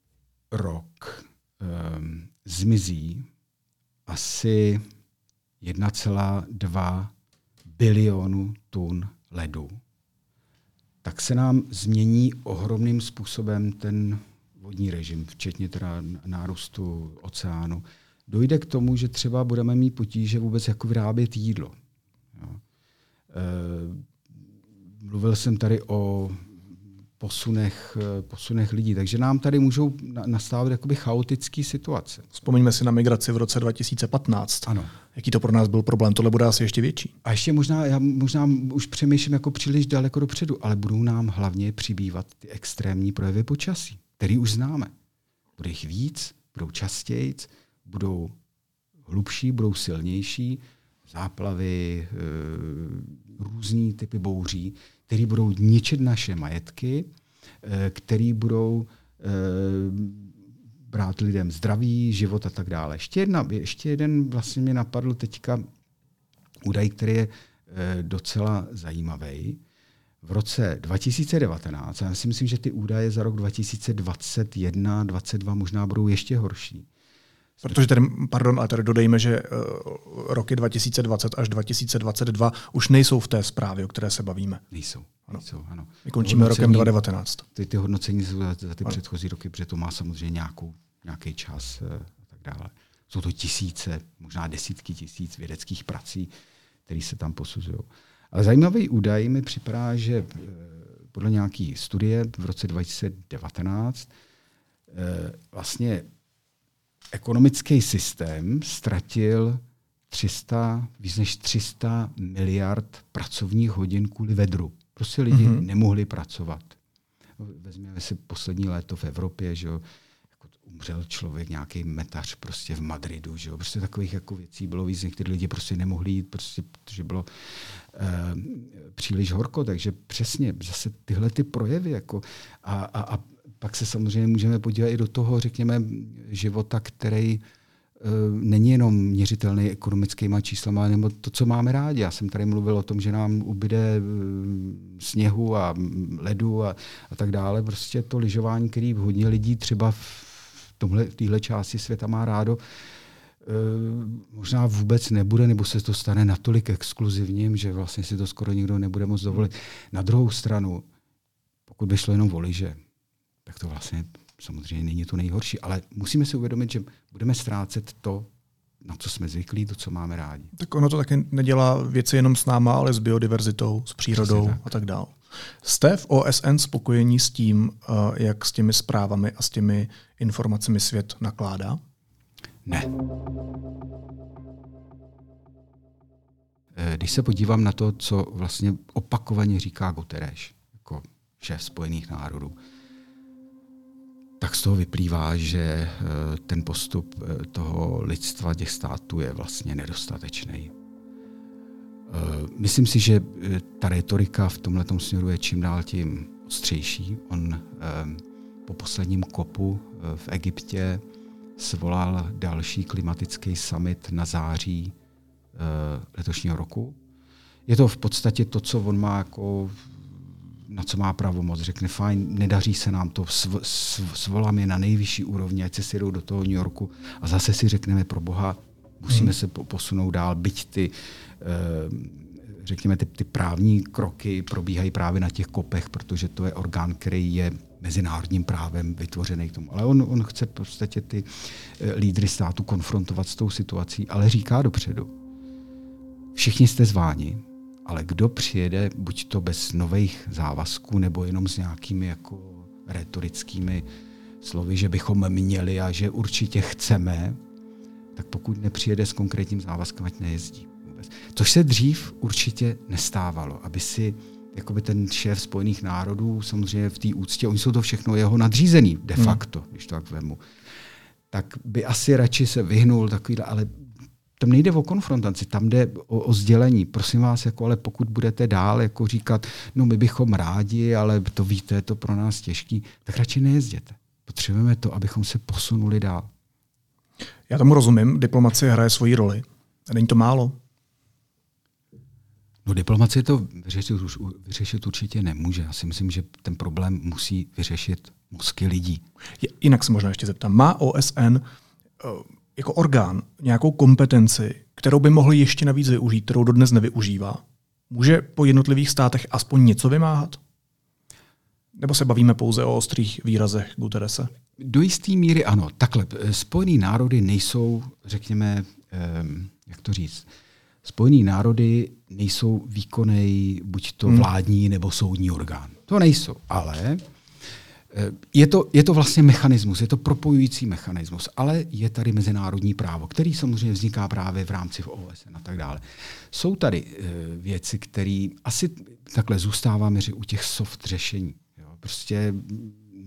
rok um, zmizí asi jedna celá dva bilionu tun ledu, tak se nám změní ohromným způsobem ten vodní režim, včetně teda nárůstu oceánu. Dojde k tomu, že třeba budeme mít potíže vůbec jako vyrábět jídlo. Jo. E, mluvil jsem tady o posunech, posunech lidí, takže nám tady můžou nastávat jakoby chaotické situace. Vzpomeňme si na migraci v roce dva tisíce patnáct. Ano. Jaký to pro nás byl problém? Tohle bude asi ještě větší. A ještě možná, já možná už přemýšlím jako příliš daleko dopředu, ale budou nám hlavně přibývat ty extrémní projevy počasí, který už známe. Bude jich víc, budou častěji, budou hlubší, budou silnější, záplavy, e, různý typy bouří, které budou ničit naše majetky, e, které budou e, brát lidem zdraví, život a tak dále. Ještě, jedna, ještě jeden vlastně mě napadl teďka údaj, který je e, docela zajímavý. V roce dva tisíce devatenáct, a já si myslím, že ty údaje za rok dva tisíce dvacet jedna, dvacet dva možná budou ještě horší. Protože tady, pardon, ale tady dodejme, že uh, roky dva tisíce dvacet až dva tisíce dvacet dva už nejsou v té zprávě, o které se bavíme. Nejsou. Ano. nejsou ano. My končíme rokem dva tisíce devatenáct. Ty, ty hodnocení jsou za, za ty ano. předchozí roky, protože to má samozřejmě nějakou, nějaký čas uh, a tak dále. Jsou to tisíce, možná desítky tisíc vědeckých prací, které se tam posuzují. Ale zajímavý údaj mi připadá, že uh, podle nějaké studie v roce dva tisíce devatenáct uh, vlastně ekonomický systém ztratil tři sta, víc než tři sta miliard pracovních hodin kvůli vedru. Prostě lidi mm-hmm. nemohli pracovat. Vezměme si poslední léto v Evropě, že jo, jako umřel člověk, nějaký metař prostě v Madridu, že jo, prostě takových jako věcí bylo víc, někteří lidi prostě nemohli jít, prostě, protože bylo eh, příliš horko, takže přesně zase tyhle ty projevy jako a, a, a pak se samozřejmě můžeme podívat i do toho, řekněme, života, který uh, není jenom měřitelný ekonomickýma číslama, nebo to, co máme rádi. Já jsem tady mluvil o tom, že nám ubyde uh, sněhu a ledu a, a tak dále. Prostě to lyžování, který hodně lidí třeba v tomhle, téhle části světa má rádo, uh, možná vůbec nebude, nebo se to stane natolik exkluzivním, že vlastně si to skoro nikdo nebude moc dovolit. Na druhou stranu, pokud by šlo jenom o lyže, tak to vlastně samozřejmě není to nejhorší. Ale musíme si uvědomit, že budeme ztrácet to, na co jsme zvyklí, to, co máme rádi. Tak ono to taky nedělá věci jenom s náma, ale s biodiverzitou, s přírodou tak. a tak dále. Jste v O S N spokojení s tím, jak s těmi zprávami a s těmi informacemi svět nakládá? Ne. Když se podívám na to, co vlastně opakovaně říká Guterres, jako šéf Spojených národů, tak z toho vyplývá, že ten postup toho lidstva, těch států je vlastně nedostatečný. Myslím si, že ta retorika v tomhletom směru je čím dál tím ostřejší. On po posledním kopu v Egyptě svolal další klimatický summit na září letošního roku. Je to v podstatě to, co on má jako na co má pravomoc. Řekne, fajn, nedaří se nám to, sv, sv, svolám je na nejvyšší úrovni, ať se sjedou do toho New Yorku a zase si řekneme, pro boha, musíme hmm. se posunout dál, byť ty, řekněme, ty, ty právní kroky probíhají právě na těch kopech, protože to je orgán, který je mezinárodním právem vytvořený k tomu. Ale on, on chce v podstatě ty lídry státu konfrontovat s tou situací, ale říká dopředu, všichni jste zváni, ale kdo přijede, buď to bez nových závazků, nebo jenom s nějakými jako retorickými slovy, že bychom měli a že určitě chceme, tak pokud nepřijede s konkrétním závazkem, ať nejezdí vůbec. Což se dřív určitě nestávalo, aby si jakoby ten šéf Spojených národů, samozřejmě v té úctě, oni jsou to všechno jeho nadřízený, de facto, hmm. když to tak vemu, tak by asi radši se vyhnul takovýhle, ale tam nejde o konfrontaci, tam jde o, o sdělení. Prosím vás, jako, ale pokud budete dál jako říkat, no my bychom rádi, ale to víte, je to pro nás těžký, tak radši nejezděte. Potřebujeme to, abychom se posunuli dál. Já tomu rozumím, diplomacie hraje svoji roli. A není to málo? No diplomacie to vyřešit, vyřešit určitě nemůže. Já si myslím, že ten problém musí vyřešit mozky lidí. Jinak se možná ještě zeptám. Má O S N jako orgán nějakou kompetenci, kterou by mohli ještě navíc využít, kterou dodnes nevyužívá? Může po jednotlivých státech aspoň něco vymáhat? Nebo se bavíme pouze o ostrých výrazech Guterrese? Do jisté míry ano. Takhle, Spojené národy nejsou, řekněme, jak to říct, Spojené národy nejsou výkonný buď to vládní nebo soudní orgán. To nejsou, ale je to, je to vlastně mechanismus, je to propojující mechanismus, ale je tady mezinárodní právo, který samozřejmě vzniká právě v rámci O S N a tak dále. Jsou tady e, věci, které asi takhle zůstáváme u těch soft řešení. Jo. Prostě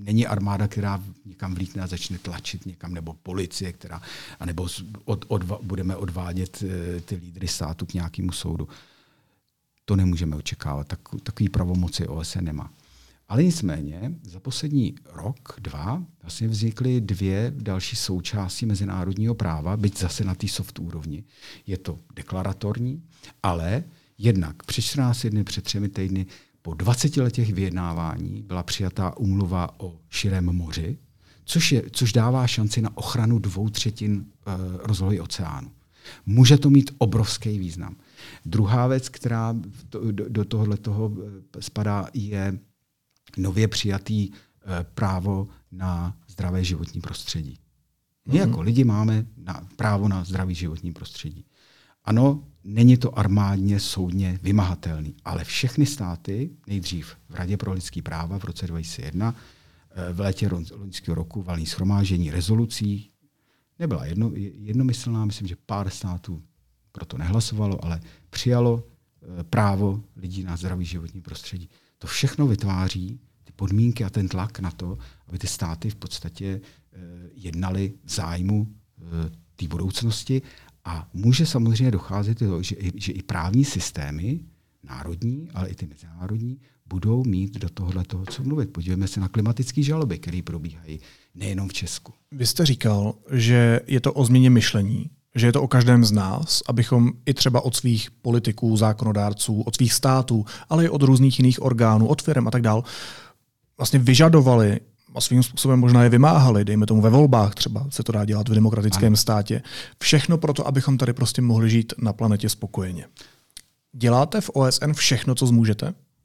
není armáda, která někam vlítne a začne tlačit někam, nebo policie, která, anebo od, od, budeme odvádět ty lídry státu k nějakému soudu. To nemůžeme očekávat. Tak, takový pravomoci O S N nemá. Ale nicméně za poslední rok, dva, vlastně vznikly dvě další součásti mezinárodního práva, byť zase na té soft úrovni. Je to deklaratorní, ale jednak před čtrnácti dny, před třemi týdny, po dvaceti letech vyjednávání byla přijatá úmluva o širém moři, což, je, což dává šanci na ochranu dvou třetin uh, rozlohy oceánu. Může to mít obrovský význam. Druhá věc, která do, do tohoto spadá, je nově přijatý eh, právo na zdravé životní prostředí. My mm-hmm. jako lidi máme na, právo na zdravý životní prostředí. Ano, není to armádně, soudně vymahatelný, ale všechny státy, nejdřív v Radě pro lidský práva v roce dva tisíce jedna, eh, v létě loňského roku valné shromáždění rezolucí, nebyla jedno, jednomyslná, myslím, že pár států proto nehlasovalo, ale přijalo eh, právo lidí na zdravý životní prostředí. To všechno vytváří ty podmínky a ten tlak na to, aby ty státy v podstatě eh, jednaly v zájmu eh, té budoucnosti a může samozřejmě docházet to, že, že i právní systémy, národní, ale i ty mezinárodní, budou mít do tohohle toho, co mluvit. Podívejme se na klimatické žaloby, které probíhají nejenom v Česku. Vy jste říkal, že je to o změně myšlení, že je to o každém z nás, abychom i třeba od svých politiků, zákonodárců, od svých států, ale i od různých jiných orgánů, od firm a tak dál, vlastně vyžadovali a svým způsobem možná je vymáhali, dejme tomu ve volbách třeba, se to dá dělat v demokratickém ano. státě. Všechno proto, abychom tady prostě mohli žít na planetě spokojeně. Děláte v O S N všechno, co zmůžete?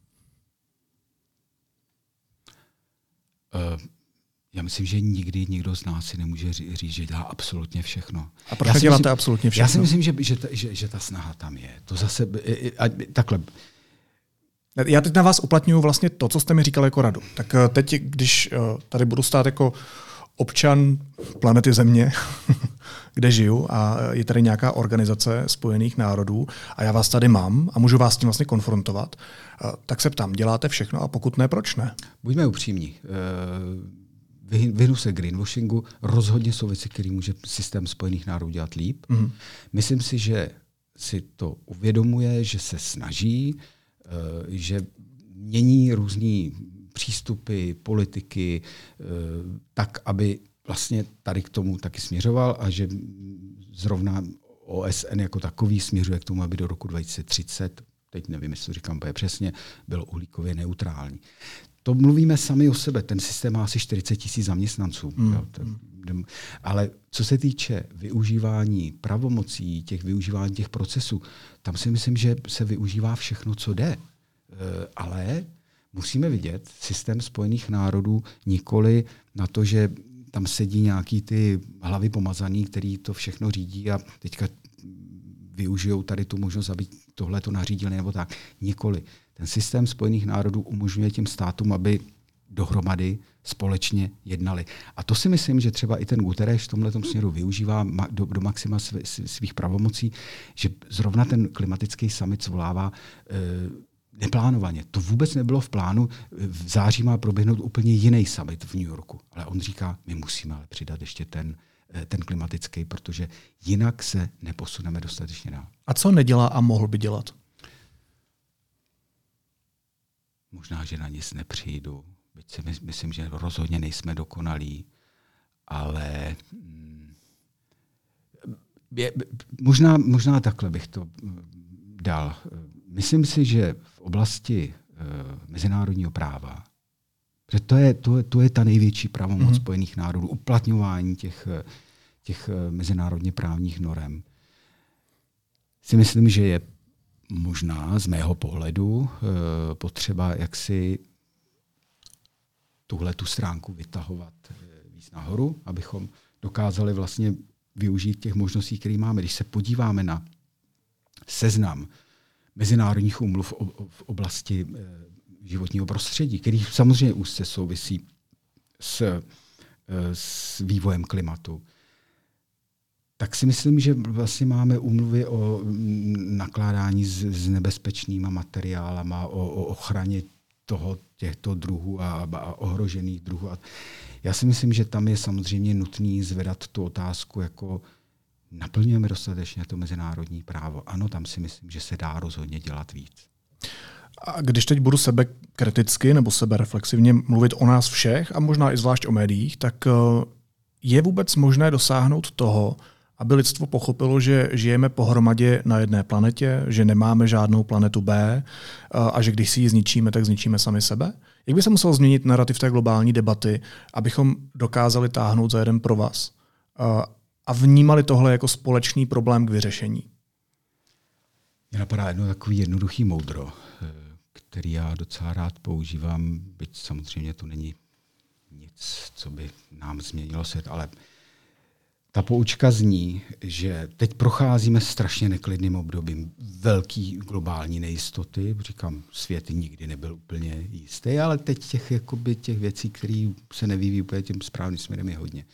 Uh. Já myslím, že nikdy nikdo z nás si nemůže říct, že dělá absolutně všechno. A proč děláte myslím, absolutně všechno? Já si myslím, že, že, ta, že, že ta snaha tam je. To zase, a, takhle. Já teď na vás uplatňuju vlastně to, co jste mi říkal jako radu. Tak teď, když tady budu stát jako občan planety Země, kde žiju a je tady nějaká organizace Spojených národů a já vás tady mám a můžu vás s tím vlastně konfrontovat, tak se ptám, děláte všechno a pokud ne, proč ne? Buďme upřímní. Vyhnu se greenwashingu, rozhodně jsou věci, které může systém Spojených národů dělat líp. Mm. Myslím si, že si to uvědomuje, že se snaží, že mění různý přístupy, politiky, tak, aby vlastně tady k tomu taky směřoval a že zrovna O S N jako takový směřuje k tomu, aby do roku dva tisíce třicet, teď nevím, jestli to říkám přesně, bylo uhlíkově neutrální. To mluvíme sami o sebe. Ten systém má asi čtyřicet tisíc zaměstnanců. Mm. Jo, to, ale co se týče využívání pravomocí, těch využívání těch procesů, tam si myslím, že se využívá všechno, co jde. E, ale musíme vidět systém Spojených národů nikoli na to, že tam sedí nějaký ty hlavy pomazaný, který to všechno řídí a teďka využijou tady tu možnost, aby tohle to nařídili nebo tak. Nikoli. Ten systém Spojených národů umožňuje těm státům, aby dohromady společně jednali. A to si myslím, že třeba i ten Guterres v tomhletom směru využívá do, do maxima sv, svých pravomocí, že zrovna ten klimatický summit svolává e, neplánovaně. To vůbec nebylo v plánu. V září má proběhnout úplně jiný summit v New Yorku. Ale on říká, my musíme ale přidat ještě ten, ten klimatický, protože jinak se neposuneme dostatečně dál. A co nedělá a mohl by dělat? Možná, že na nic nepřijdu. Byť si my, myslím, že rozhodně nejsme dokonalí, ale je, možná, možná takhle bych to dal. Myslím si, že v oblasti uh, mezinárodního práva, že to je, to, to je ta největší pravomoc mm-hmm. Spojených národů, uplatňování těch, těch mezinárodně právních norem. Si myslím, že je možná z mého pohledu e, potřeba jaksi tuhle tu stránku vytahovat e, víc nahoru, abychom dokázali vlastně využít těch možností, které máme. Když se podíváme na seznam mezinárodních úmluv v oblasti e, životního prostředí, který samozřejmě úzce souvisí s, e, s vývojem klimatu, tak si myslím, že vlastně máme úmluvy o nakládání s, s nebezpečnýma materiálama, o, o ochraně toho, těchto druhů a, a ohrožených druhů. A já si myslím, že tam je samozřejmě nutný zvedat tu otázku, jako naplňujeme dostatečně to mezinárodní právo. Ano, tam si myslím, že se dá rozhodně dělat víc. A když teď budu sebe kriticky nebo sebereflexivně mluvit o nás všech a možná i zvlášť o médiích, tak je vůbec možné dosáhnout toho, aby lidstvo pochopilo, že žijeme pohromadě na jedné planetě, že nemáme žádnou planetu B a že když si ji zničíme, tak zničíme sami sebe? Jak by se musel změnit narrativ té globální debaty, abychom dokázali táhnout za jeden provaz a vnímali tohle jako společný problém k vyřešení? Mně napadá jedno takový jednoduchý moudro, který já docela rád používám, byť samozřejmě to není nic, co by nám změnilo svět, ale ta poučka zní, že teď procházíme strašně neklidným obdobím, velký globální nejistoty, říkám, svět nikdy nebyl úplně jistý, ale teď těch, jakoby, těch věcí, které se nevyvíjí úplně tím správným směrem, je hodně.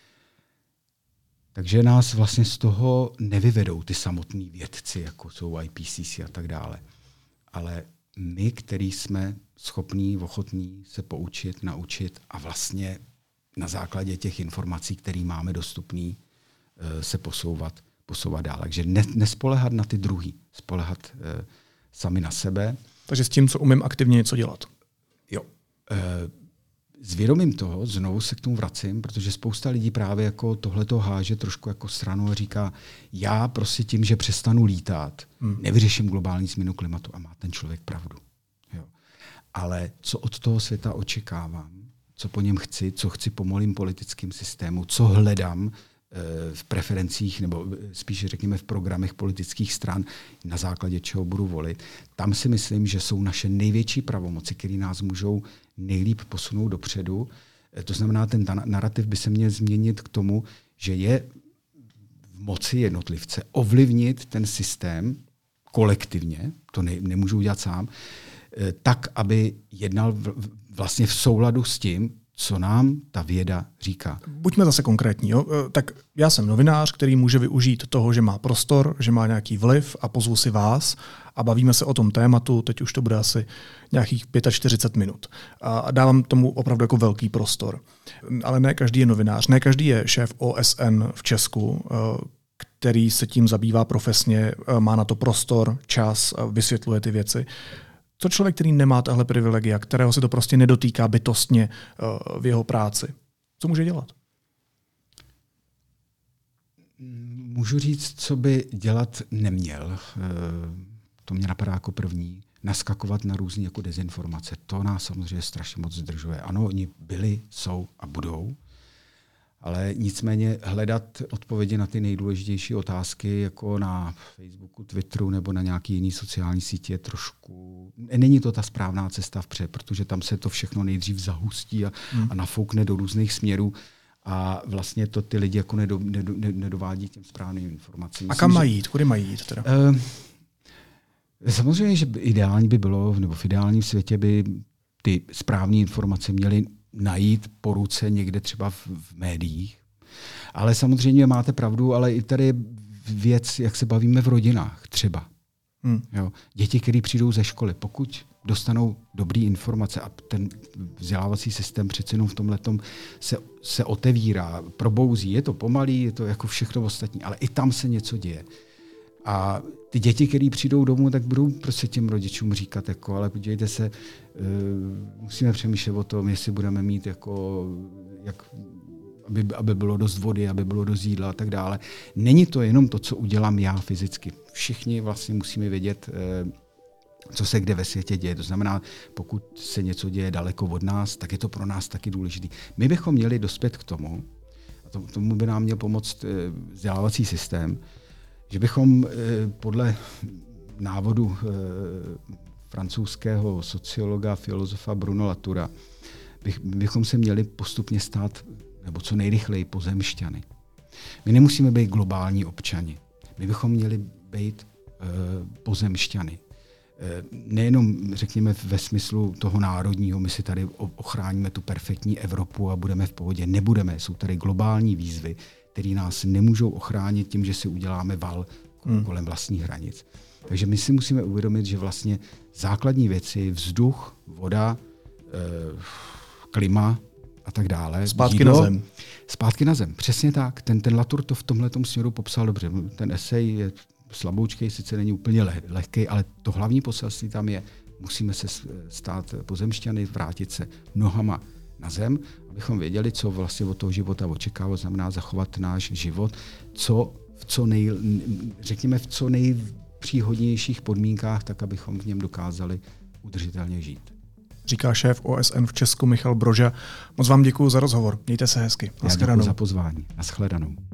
Takže nás vlastně z toho nevyvedou ty samotní vědci, jako jsou I P C C a tak dále. Ale my, který jsme schopní, ochotní se poučit, naučit a vlastně na základě těch informací, které máme dostupné, se posouvat, posouvat dál. Takže ne, nespolehat na ty druhý, spolehat eh, sami na sebe. Takže s tím, co umím aktivně něco dělat. Jo. Eh, s vědomím toho, znovu se k tomu vracím, protože spousta lidí právě jako tohleto háže trošku jako stranu a říká, já prostě tím, že přestanu lítat, hmm. nevyřeším globální změnu klimatu. A má ten člověk pravdu. Jo. Ale co od toho světa očekávám, co po něm chci, co chci po mým politickým systému, co hledám e, v preferencích nebo spíš řekněme v programech politických stran, na základě čeho budu volit. Tam si myslím, že jsou naše největší pravomoci, které nás můžou nejlíp posunout dopředu. E, to znamená, ten narrativ by se měl změnit k tomu, že je v moci jednotlivce ovlivnit ten systém kolektivně, to ne, nemůžu udělat sám, e, tak, aby jednal v, vlastně v souladu s tím, co nám ta věda říká. Buďme zase konkrétní. Jo? Tak já jsem novinář, který může využít toho, že má prostor, že má nějaký vliv a pozvu si vás a bavíme se o tom tématu, teď už to bude asi nějakých čtyřicet pět minut. A dávám tomu opravdu jako velký prostor. Ale ne každý je novinář, ne každý je šéf O S N v Česku, který se tím zabývá profesně, má na to prostor, čas, vysvětluje ty věci. Co člověk, který nemá tahle privilegia, kterého se to prostě nedotýká bytostně uh, v jeho práci, co může dělat? Můžu říct, co by dělat neměl. To mě napadá jako první. Naskakovat na různé jako dezinformace. To nás samozřejmě strašně moc zdržuje. Ano, oni byli, jsou a budou. Ale nicméně hledat odpovědi na ty nejdůležitější otázky, jako na Facebooku, Twitteru nebo na nějaký jiný sociální sítě, je trošku... Není to ta správná cesta vpřed, protože tam se to všechno nejdřív zahustí a, hmm. a nafoukne do různých směrů a vlastně to ty lidi jako nedo, nedo, nedovádí těm správným informacím. A kam mají jít? Kudy mají jít teda? Uh, samozřejmě, že ideální by bylo, nebo v ideálním světě by ty správné informace měly najít po ruce někde třeba v, v médiích. Ale samozřejmě máte pravdu, ale i tady je věc, jak se bavíme v rodinách třeba. Hmm. Jo. Děti, které přijdou ze školy, pokud dostanou dobré informace a ten vzdělávací systém přece jenom v tomhletom se, se otevírá, probouzí, je to pomalý, je to jako všechno ostatní, ale i tam se něco děje. A ty děti, které přijdou domů, tak budou prostě těm rodičům říkat, jako, ale podívejte se, uh, musíme přemýšlet o tom, jestli budeme mít, jako, jak, aby, aby bylo dost vody, aby bylo dost jídla a tak dále. Není to jenom to, co udělám já fyzicky. Všichni vlastně musíme vědět, uh, co se kde ve světě děje. To znamená, pokud se něco děje daleko od nás, tak je to pro nás taky důležité. My bychom měli dospět k tomu, a to, tomu by nám měl pomoct uh, vzdělávací systém, že bychom podle návodu francouzského sociologa, filozofa Bruno Latoura, bych, bychom se měli postupně stát, nebo co nejrychleji, pozemšťany. My nemusíme být globální občani. My bychom měli být uh, pozemšťany. Uh, nejenom, řekněme, ve smyslu toho národního, my si tady ochráníme tu perfektní Evropu a budeme v pohodě. Nebudeme. Jsou tady globální výzvy, který nás nemůžou ochránit tím, že si uděláme val kolem vlastních hranic. Takže my si musíme uvědomit, že vlastně základní věci, vzduch, voda, klima a tak dále. Zpátky jídlo, na zem. Zpátky na zem, přesně tak. Ten, ten Latour to v tomhletom směru popsal dobře. Ten esej je slaboučkej, sice není úplně leh, lehký, ale to hlavní poselství tam je, musíme se stát pozemšťany, vrátit se nohama na zem, abychom věděli, co vlastně od toho života očekávat, znamená zachovat náš život, co v co nej, řekněme v co nejpříhodnějších podmínkách, tak abychom v něm dokázali udržitelně žít. Říká šéf O S N v Česku Michal Broža. Moc vám děkuji za rozhovor. Mějte se hezky. Já děkuji za pozvání. Naschledanou.